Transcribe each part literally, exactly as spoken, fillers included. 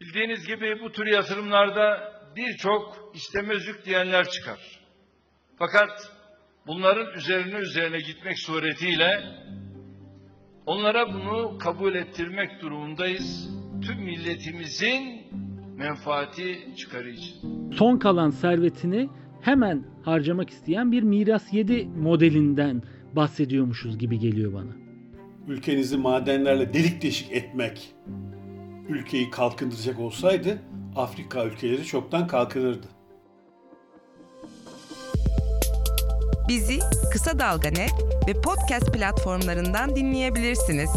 Bildiğiniz gibi bu tür yatırımlarda birçok istemezlik diyenler çıkar. Fakat bunların üzerine üzerine gitmek suretiyle onlara bunu kabul ettirmek durumundayız. Tüm milletimizin menfaati çıkarı için. Son kalan servetini hemen harcamak isteyen bir miras yedi modelinden bahsediyormuşuz gibi geliyor bana. Ülkenizi madenlerle delik deşik etmek ülkeyi kalkındıracak olsaydı Afrika ülkeleri çoktan kalkınırdı. Bizi Kısa Dalga Net ve podcast platformlarından dinleyebilirsiniz.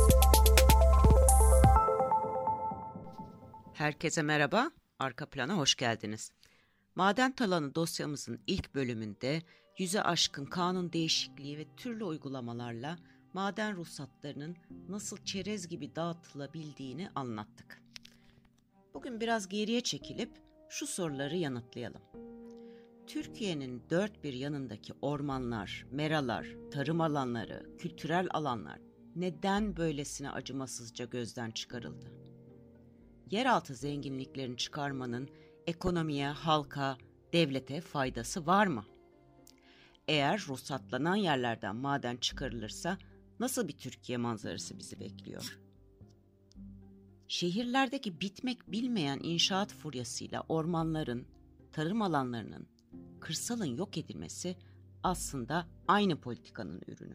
Herkese merhaba, Arka Plan'a hoş geldiniz. Maden talanı dosyamızın ilk bölümünde yüze aşkın kanun değişikliği ve türlü uygulamalarla maden ruhsatlarının nasıl çerez gibi dağıtılabildiğini anlattık. Bugün biraz geriye çekilip şu soruları yanıtlayalım. Türkiye'nin dört bir yanındaki ormanlar, meralar, tarım alanları, kültürel alanlar neden böylesine acımasızca gözden çıkarıldı? Yeraltı zenginliklerini çıkarmanın ekonomiye, halka, devlete faydası var mı? Eğer ruhsatlanan yerlerden maden çıkarılırsa nasıl bir Türkiye manzarası bizi bekliyor? Şehirlerdeki bitmek bilmeyen inşaat furyasıyla ormanların, tarım alanlarının, kırsalın yok edilmesi aslında aynı politikanın ürünü.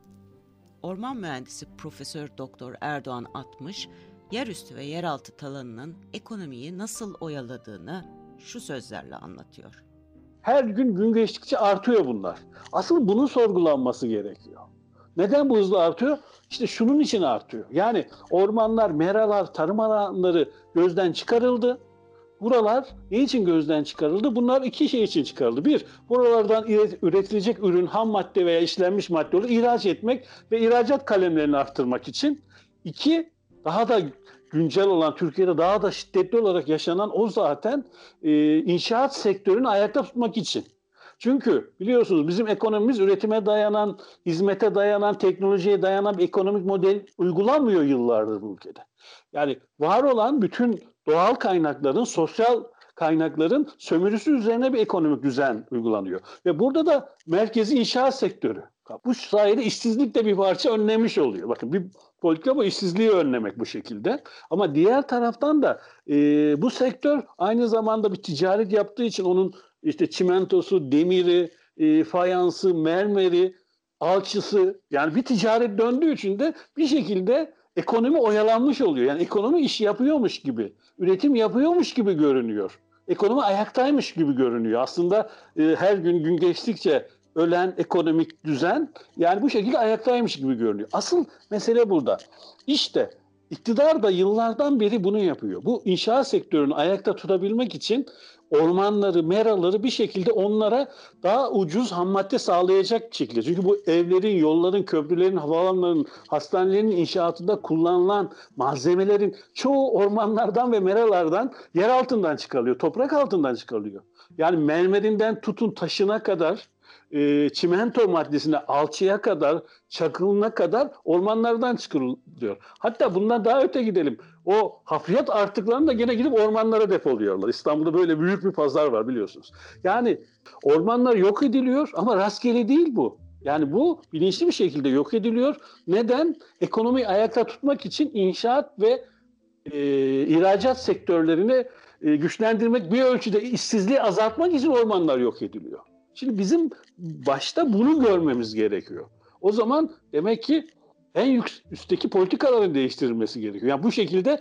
Orman mühendisi Profesör Doktor Erdoğan Atmış, yerüstü ve yeraltı talanının ekonomiyi nasıl oyaladığını şu sözlerle anlatıyor. Her gün gün geçtikçe artıyor bunlar. Asıl bunun sorgulanması gerekiyor. Neden bu hızla artıyor? İşte şunun için artıyor. Yani ormanlar, meralar, tarım alanları gözden çıkarıldı. Buralar ne için gözden çıkarıldı? Bunlar iki şey için çıkarıldı. Bir, buralardan üretilecek ürün, ham madde veya işlenmiş maddeleri ihraç etmek ve ihracat kalemlerini arttırmak için. İki, daha da güncel olan, Türkiye'de daha da şiddetli olarak yaşanan o zaten e, inşaat sektörünü ayakta tutmak için. Çünkü biliyorsunuz bizim ekonomimiz üretime dayanan, hizmete dayanan, teknolojiye dayanan bir ekonomik model uygulanmıyor yıllardır bu ülkede. Yani var olan bütün doğal kaynakların, sosyal kaynakların sömürüsü üzerine bir ekonomik düzen uygulanıyor. Ve burada da merkezi inşaat sektörü. Bu sayede işsizlik de bir parça önlemiş oluyor. Bakın bir politika bu, işsizliği önlemek bu şekilde. Ama diğer taraftan da e, bu sektör aynı zamanda bir ticaret yaptığı için onun işte çimentosu, demiri, e, fayansı, mermeri, alçısı, yani bir ticaret döndüğü için de bir şekilde ekonomi oyalanmış oluyor. Yani ekonomi iş yapıyormuş gibi, üretim yapıyormuş gibi görünüyor. Ekonomi ayaktaymış gibi görünüyor. Aslında e, her gün gün geçtikçe ölen ekonomik düzen yani bu şekilde ayaktaymış gibi görünüyor. Asıl mesele burada. İşte iktidar da yıllardan beri bunu yapıyor. Bu inşaat sektörünü ayakta tutabilmek için ormanları, meraları bir şekilde onlara daha ucuz ham madde sağlayacak şekilde. Çünkü bu evlerin, yolların, köprülerin, havaalanlarının, hastanelerin inşaatında kullanılan malzemelerin çoğu ormanlardan ve meralardan, yer altından çıkarılıyor, toprak altından çıkarılıyor. Yani mermerinden tutun taşına kadar, e, çimento maddesine, alçıya kadar, çakılına kadar ormanlardan çıkarılıyor. Hatta bundan daha öte gidelim. O hafriyat artıklarını da gene gidip ormanlara depoluyorlar. İstanbul'da böyle büyük bir pazar var biliyorsunuz. Yani ormanlar yok ediliyor ama rastgele değil bu. Yani bu bilinçli bir şekilde yok ediliyor. Neden? Ekonomiyi ayakta tutmak için inşaat ve e, ihracat sektörlerini e, güçlendirmek, bir ölçüde işsizliği azaltmak için ormanlar yok ediliyor. Şimdi bizim başta bunu görmemiz gerekiyor. O zaman demek ki en üstteki politikaların değiştirilmesi gerekiyor. Yani bu şekilde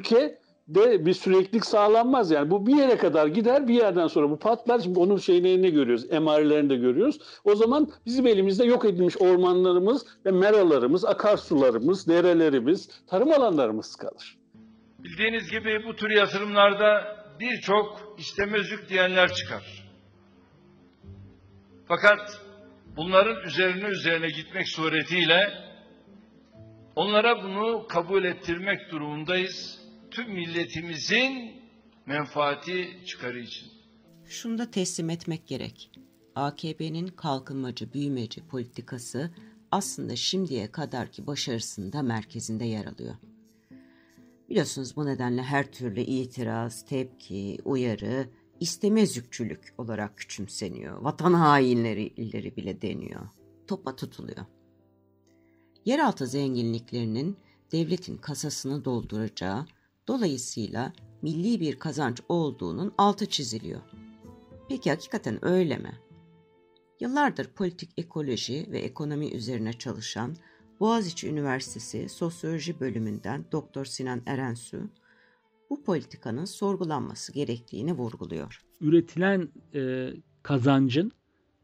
ülkede bir süreklilik sağlanmaz. Yani bu bir yere kadar gider, bir yerden sonra bu patlar. Şimdi onun şeylerini görüyoruz, emarelerini de görüyoruz. O zaman bizim elimizde yok edilmiş ormanlarımız ve meralarımız, akarsularımız, derelerimiz, tarım alanlarımız kalır. Bildiğiniz gibi bu tür yatırımlarda birçok istemezlik diyenler çıkar. Fakat bunların üzerine üzerine gitmek suretiyle onlara bunu kabul ettirmek durumundayız. Tüm milletimizin menfaati çıkarı için. Şunu da teslim etmek gerek. A K P'nin kalkınmacı, büyümeci politikası aslında şimdiye kadarki başarısında merkezinde yer alıyor. Biliyorsunuz bu nedenle her türlü itiraz, tepki, uyarı, istemezlikçülük olarak küçümseniyor. Vatan hainleri bile deniyor. Topa tutuluyor. Yeraltı zenginliklerinin devletin kasasını dolduracağı, dolayısıyla milli bir kazanç olduğunun altı çiziliyor. Peki hakikaten öyle mi? Yıllardır politik ekoloji ve ekonomi üzerine çalışan Boğaziçi Üniversitesi Sosyoloji Bölümünden Doktor Sinan Erensu, bu politikanın sorgulanması gerektiğini vurguluyor. Üretilen e, kazancın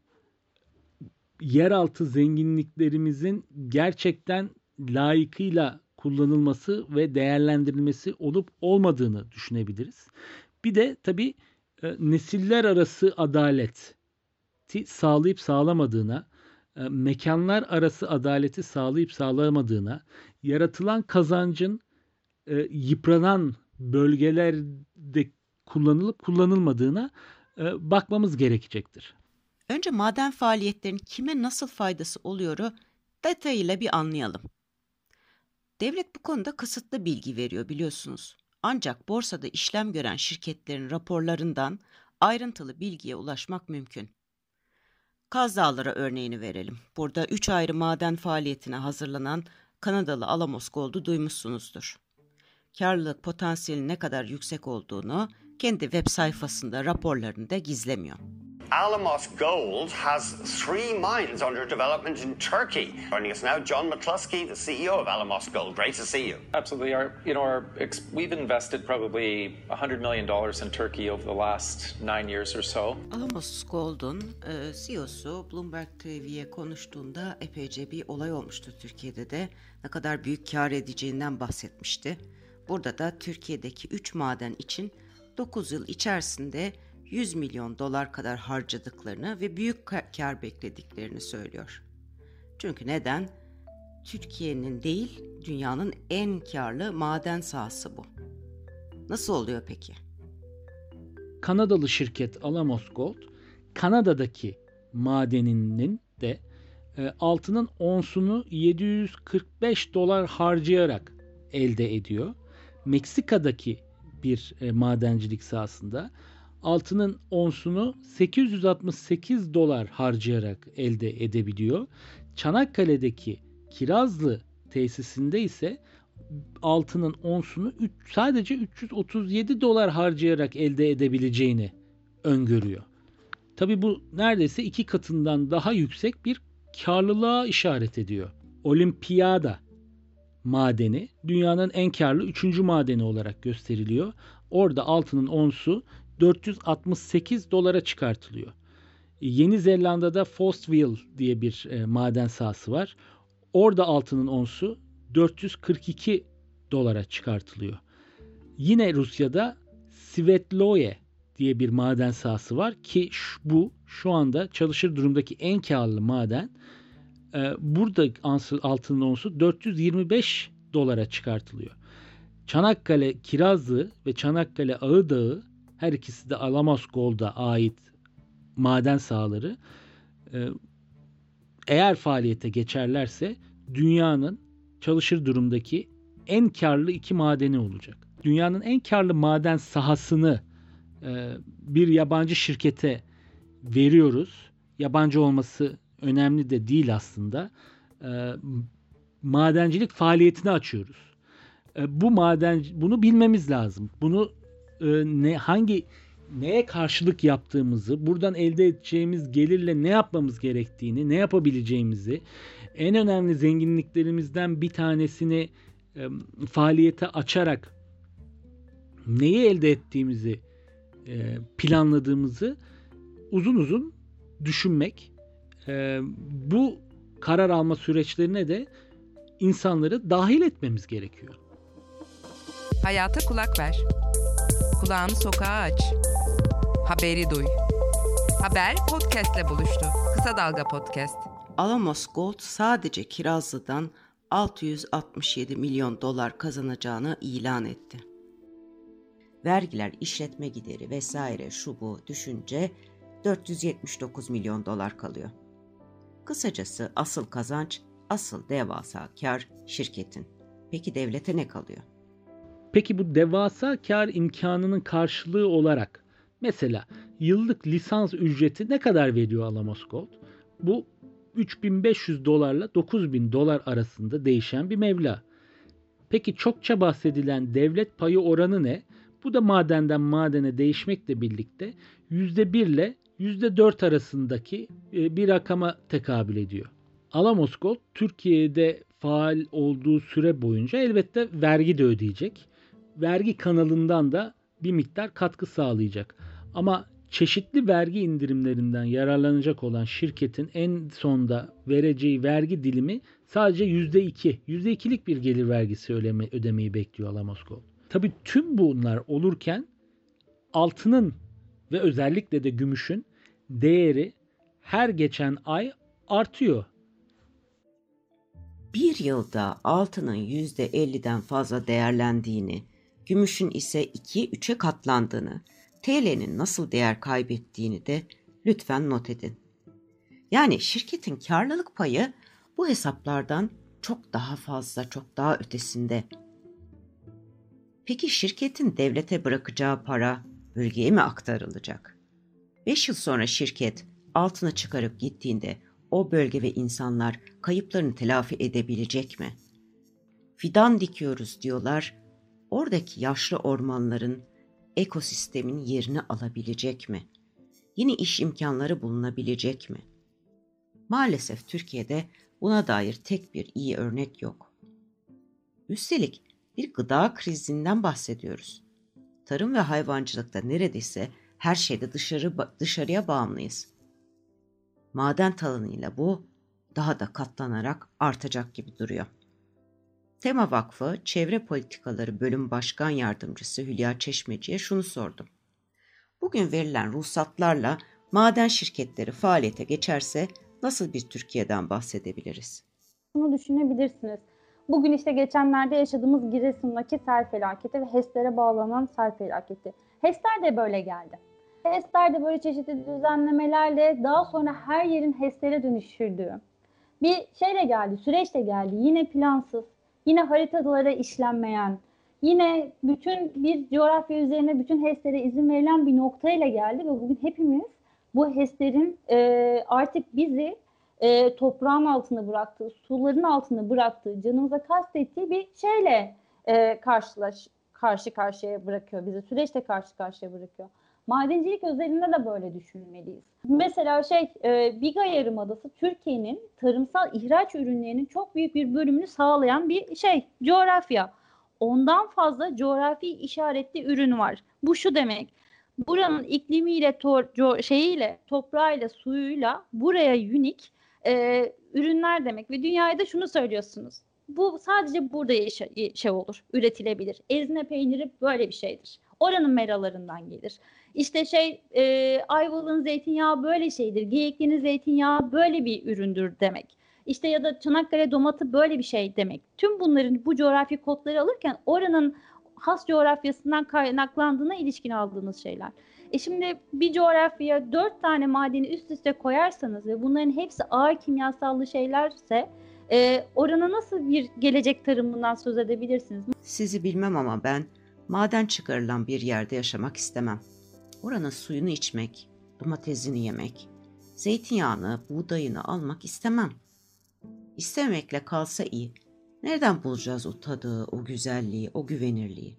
yeraltı zenginliklerimizin gerçekten layıkıyla kullanılması ve değerlendirilmesi olup olmadığını düşünebiliriz. Bir de tabii e, nesiller arası adaleti sağlayıp sağlamadığına, e, mekanlar arası adaleti sağlayıp sağlamadığına, yaratılan kazancın e, yıpranan bölgelerde kullanılıp kullanılmadığına e, bakmamız gerekecektir. Önce maden faaliyetlerinin kime nasıl faydası oluyoru detayıyla bir anlayalım. Devlet bu konuda kısıtlı bilgi veriyor biliyorsunuz. Ancak borsada işlem gören şirketlerin raporlarından ayrıntılı bilgiye ulaşmak mümkün. Kaz Dağları örneğini verelim. Burada üç ayrı maden faaliyetine hazırlanan Kanadalı Alamos Gold'u duymuşsunuzdur. Karlılık potansiyeli ne kadar yüksek olduğunu kendi web sayfasında raporlarında gizlemiyor. Alamos Gold has three mines under development in Turkey. Joining us now, John McCluskey, the C E O of Alamos Gold. Great to see you. Absolutely. Our, you know, our ex- we've invested probably one hundred million dollars in Turkey over the last nine years or so. Alamos Gold'un e, C E O'su Bloomberg T V'ye konuştuğunda epeyce bir olay olmuştu Türkiye'de de. Ne kadar büyük kar edeceğinden bahsetmişti. Burada da Türkiye'deki üç maden için dokuz yıl içerisinde yüz milyon dolar kadar harcadıklarını ve büyük kar beklediklerini söylüyor. Çünkü neden? Türkiye'nin değil, dünyanın en karlı maden sahası bu. Nasıl oluyor peki? Kanadalı şirket Alamos Gold, Kanada'daki madeninin de e, altının onsunu yedi yüz kırk beş dolar harcayarak elde ediyor. Meksika'daki bir e, madencilik sahasında altının onsunu sekiz yüz altmış sekiz dolar harcayarak elde edebiliyor. Çanakkale'deki Kirazlı tesisinde ise altının onsunu üç, sadece üç yüz otuz yedi dolar harcayarak elde edebileceğini öngörüyor. Tabii bu neredeyse iki katından daha yüksek bir karlılığa işaret ediyor. Olimpiyada madeni dünyanın en karlı üçüncü madeni olarak gösteriliyor. Orada altının onsu dört yüz altmış sekiz dolara çıkartılıyor. Yeni Zelanda'da Fossville diye bir e, maden sahası var. Orada altının onsu dört yüz kırk iki dolara çıkartılıyor. Yine Rusya'da Svetloye diye bir maden sahası var ki şu, bu şu anda çalışır durumdaki en karlı maden. E, burada altının onsu dört yüz yirmi beş dolara çıkartılıyor. Çanakkale Kirazlı ve Çanakkale Ağıdağı, her ikisi de Alamos Gold'a ait maden sahaları, eğer faaliyete geçerlerse dünyanın çalışır durumdaki en karlı iki madeni olacak. Dünyanın en karlı maden sahasını bir yabancı şirkete veriyoruz. Yabancı olması önemli de değil aslında. Madencilik faaliyetini açıyoruz. Bu maden, bunu bilmemiz lazım. Bunu ne hangi neye karşılık yaptığımızı, buradan elde edeceğimiz gelirle ne yapmamız gerektiğini, ne yapabileceğimizi, en önemli zenginliklerimizden bir tanesini e, faaliyete açarak neyi elde ettiğimizi e, planladığımızı uzun uzun düşünmek, e, bu karar alma süreçlerine de insanları dahil etmemiz gerekiyor. Hayata kulak ver. Kulağını sokağa aç. Haberi duy. Haber podcast'le buluştu. Kısa Dalga Podcast. Alamos Gold sadece Kirazlı'dan altı yüz altmış yedi milyon dolar kazanacağını ilan etti. Vergiler, işletme gideri vesaire şu bu düşünce dört yüz yetmiş dokuz milyon dolar kalıyor. Kısacası asıl kazanç, asıl devasa kar şirketin. Peki devlete ne kalıyor? Peki bu devasa kar imkanının karşılığı olarak mesela yıllık lisans ücreti ne kadar veriyor Alamos Gold? Bu üç bin beş yüz dolarla dokuz bin dolar arasında değişen bir meblağ. Peki çokça bahsedilen devlet payı oranı ne? Bu da madenden madene değişmekle birlikte yüzde bir ile yüzde dört arasındaki bir rakama tekabül ediyor. Alamos Gold Türkiye'de faal olduğu süre boyunca elbette vergi de ödeyecek. Vergi kanalından da bir miktar katkı sağlayacak. Ama çeşitli vergi indirimlerinden yararlanacak olan şirketin en sonda vereceği vergi dilimi sadece yüzde iki. yüzde ikilik bir gelir vergisi ödeme, ödemeyi bekliyor Alamos Gold. Tabii tüm bunlar olurken altının ve özellikle de gümüşün değeri her geçen ay artıyor. Bir yılda altının yüzde elliden fazla değerlendiğini, gümüşün ise ikiye üçe katlandığını, T L'nin nasıl değer kaybettiğini de lütfen not edin. Yani şirketin karlılık payı bu hesaplardan çok daha fazla, çok daha ötesinde. Peki şirketin devlete bırakacağı para bölgeye mi aktarılacak? beş yıl sonra şirket altını çıkarıp gittiğinde o bölge ve insanlar kayıplarını telafi edebilecek mi? Fidan dikiyoruz diyorlar. Oradaki yaşlı ormanların, ekosistemin yerini alabilecek mi? Yeni iş imkanları bulunabilecek mi? Maalesef Türkiye'de buna dair tek bir iyi örnek yok. Üstelik bir gıda krizinden bahsediyoruz. Tarım ve hayvancılıkta neredeyse her şeyde dışarı dışarıya bağımlıyız. Maden talanıyla bu daha da katlanarak artacak gibi duruyor. Tema Vakfı Çevre Politikaları Bölüm Başkan Yardımcısı Hülya Çeşmeci'ye şunu sordum. Bugün verilen ruhsatlarla maden şirketleri faaliyete geçerse nasıl bir Türkiye'den bahsedebiliriz? Bunu düşünebilirsiniz. Bugün işte geçenlerde yaşadığımız Giresun'daki sel felaketi ve HES'lere bağlanan sel felaketi. HES'ler de böyle geldi. HES'ler de böyle çeşitli düzenlemelerle daha sonra her yerin HES'lere dönüştürdüğü bir şeyle geldi, süreçle geldi. Yine plansız, yine haritalara işlenmeyen, yine bütün bir coğrafya üzerine bütün HES'lere izin verilen bir noktayla geldi ve bugün hepimiz bu HES'lerin e, artık bizi e, toprağın altına bıraktığı, suların altına bıraktığı, canımıza kastettiği bir şeyle e, karşılaş, karşı karşıya bırakıyor bizi, süreçte karşı karşıya bırakıyor. Madencilik özelinde de böyle düşünmeliyiz. Mesela şey, e, Biga Yarımadası Türkiye'nin tarımsal ihraç ürünlerinin çok büyük bir bölümünü sağlayan bir şey, coğrafya. Ondan fazla coğrafi işaretli ürün var. Bu şu demek, buranın iklimiyle, to- co- şeyiyle, toprağıyla, suyuyla buraya unik e, ürünler demek. Ve dünyaya da şunu söylüyorsunuz, bu sadece burada yaşa- şey olur, üretilebilir. Ezine peyniri böyle bir şeydir. Oranın meralarından gelir. İşte şey, e, Ayvalık'ın zeytinyağı böyle şeydir. Geyikli'nin zeytinyağı böyle bir üründür demek. İşte ya da Çanakkale domatı böyle bir şey demek. Tüm bunların bu coğrafi kodları alırken oranın has coğrafyasından kaynaklandığına ilişkin aldığınız şeyler. E şimdi bir coğrafyaya dört tane madeni üst üste koyarsanız ve bunların hepsi ağır kimyasallı şeylerse e, orana nasıl bir gelecek tarımından söz edebilirsiniz? Sizi bilmem ama ben maden çıkarılan bir yerde yaşamak istemem. Oranın suyunu içmek, domatesini yemek, zeytinyağını, buğdayını almak istemem. İstemekle kalsa iyi. Nereden bulacağız o tadı, o güzelliği, o güvenirliği?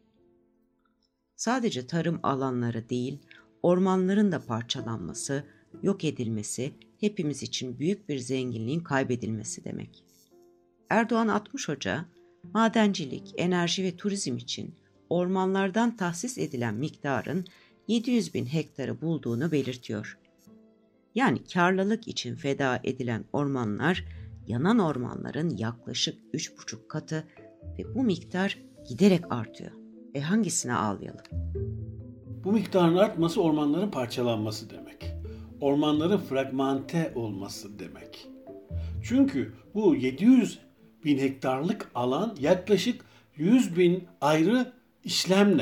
Sadece tarım alanları değil, ormanların da parçalanması, yok edilmesi hepimiz için büyük bir zenginliğin kaybedilmesi demek. Erdoğan altmış Hoca, madencilik, enerji ve turizm için ormanlardan tahsis edilen miktarın yedi yüz bin hektarı bulduğunu belirtiyor. Yani karlılık için feda edilen ormanlar, yanan ormanların yaklaşık üç buçuk katı ve bu miktar giderek artıyor. E hangisine ağlayalım? Bu miktarın artması ormanların parçalanması demek. Ormanların fragmente olması demek. Çünkü bu yedi yüz bin hektarlık alan yaklaşık yüz bin ayrı işlemle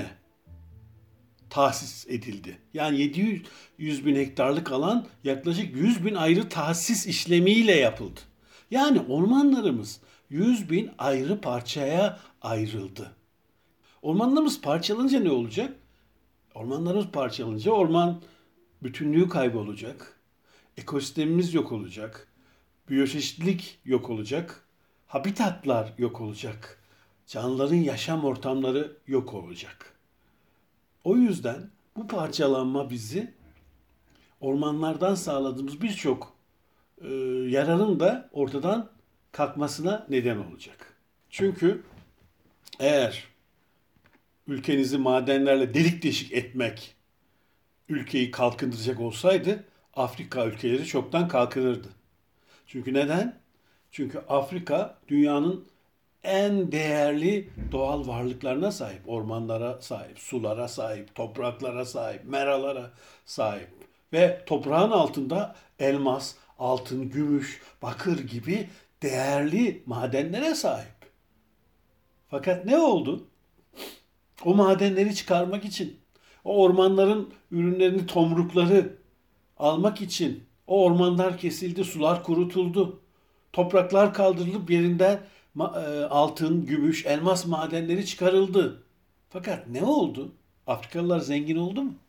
tahsis edildi. Yani yedi yüz bin hektarlık alan yaklaşık yüz bin ayrı tahsis işlemiyle yapıldı. Yani ormanlarımız yüz bin ayrı parçaya ayrıldı. Ormanlarımız parçalanınca ne olacak? Ormanlarımız parçalanınca orman bütünlüğü kaybolacak. Ekosistemimiz yok olacak. Biyoçeşitlilik yok olacak. Habitatlar yok olacak. Canlıların yaşam ortamları yok olacak. O yüzden bu parçalanma bizi ormanlardan sağladığımız birçok e, yararın da ortadan kalkmasına neden olacak. Çünkü eğer ülkenizi madenlerle delik deşik etmek ülkeyi kalkındıracak olsaydı Afrika ülkeleri çoktan kalkınırdı. Çünkü neden? Çünkü Afrika dünyanın en değerli doğal varlıklarına sahip. Ormanlara sahip, sulara sahip, topraklara sahip, meralara sahip. Ve toprağın altında elmas, altın, gümüş, bakır gibi değerli madenlere sahip. Fakat ne oldu? O madenleri çıkarmak için, o ormanların ürünlerini, tomrukları almak için o ormanlar kesildi, sular kurutuldu. Topraklar kaldırılıp yerinden altın, gümüş, elmas madenleri çıkarıldı. Fakat ne oldu? Afrikalılar zengin oldu mu?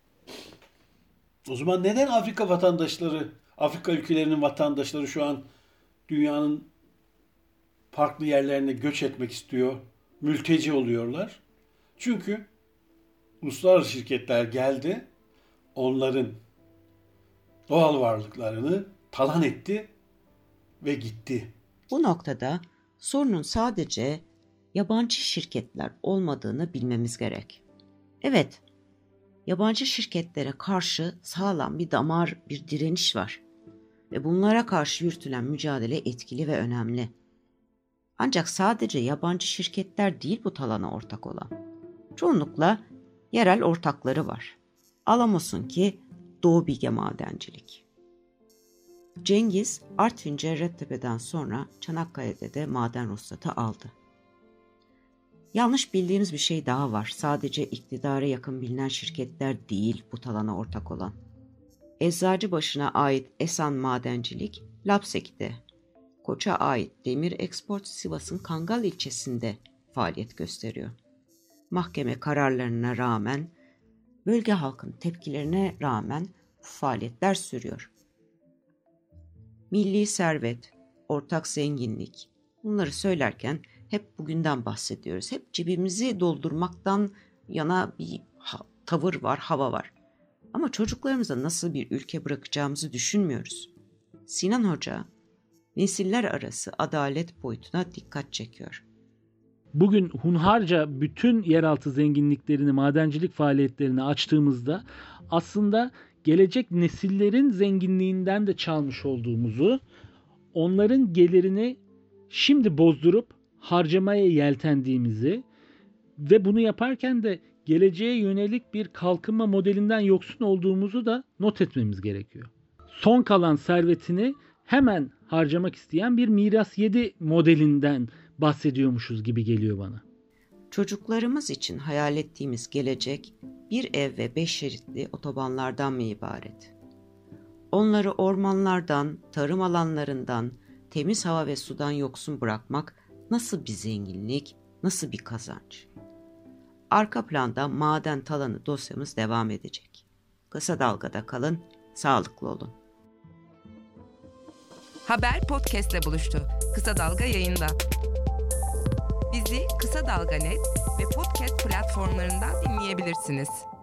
O zaman neden Afrika vatandaşları, Afrika ülkelerinin vatandaşları şu an dünyanın farklı yerlerine göç etmek istiyor, mülteci oluyorlar? Çünkü uluslararası şirketler geldi, onların doğal varlıklarını talan etti ve gitti. Bu noktada sorunun sadece yabancı şirketler olmadığını bilmemiz gerek. Evet, yabancı şirketlere karşı sağlam bir damar, bir direniş var ve bunlara karşı yürütülen mücadele etkili ve önemli. Ancak sadece yabancı şirketler değil bu talana ortak olan. Çoğunlukla yerel ortakları var. Alamos'unki Doğu Bilge Madencilik. Cengiz, Artvin Cerrettepe'den sonra Çanakkale'de de maden ruhsatı aldı. Yanlış bildiğimiz bir şey daha var. Sadece iktidara yakın bilinen şirketler değil bu talana ortak olan. Eczacıbaşı'na ait Esan Madencilik, Lapsek'te, Koç'a ait Demir Export Sivas'ın Kangal ilçesinde faaliyet gösteriyor. Mahkeme kararlarına rağmen, bölge halkın tepkilerine rağmen bu faaliyetler sürüyor. Milli servet, ortak zenginlik, bunları söylerken hep bugünden bahsediyoruz. Hep cebimizi doldurmaktan yana bir ha- tavır var, hava var. Ama çocuklarımıza nasıl bir ülke bırakacağımızı düşünmüyoruz. Sinan Hoca, nesiller arası adalet boyutuna dikkat çekiyor. Bugün hunharca bütün yeraltı zenginliklerini, madencilik faaliyetlerini açtığımızda aslında gelecek nesillerin zenginliğinden de çalmış olduğumuzu, onların gelirini şimdi bozdurup harcamaya yeltendiğimizi ve bunu yaparken de geleceğe yönelik bir kalkınma modelinden yoksun olduğumuzu da not etmemiz gerekiyor. Son kalan servetini hemen harcamak isteyen bir miras yedi modelinden bahsediyormuşuz gibi geliyor bana. Çocuklarımız için hayal ettiğimiz gelecek bir ev ve beş şeritli otobanlardan mı ibaret? Onları ormanlardan, tarım alanlarından, temiz hava ve sudan yoksun bırakmak nasıl bir zenginlik, nasıl bir kazanç? Arka planda maden talanı dosyamız devam edecek. Kısa Dalga'da kalın, sağlıklı olun. Haber podcast'le buluştu. Kısa Dalga yayında. Bizi Kısa Dalga nokta net ve podcast platformlarından dinleyebilirsiniz.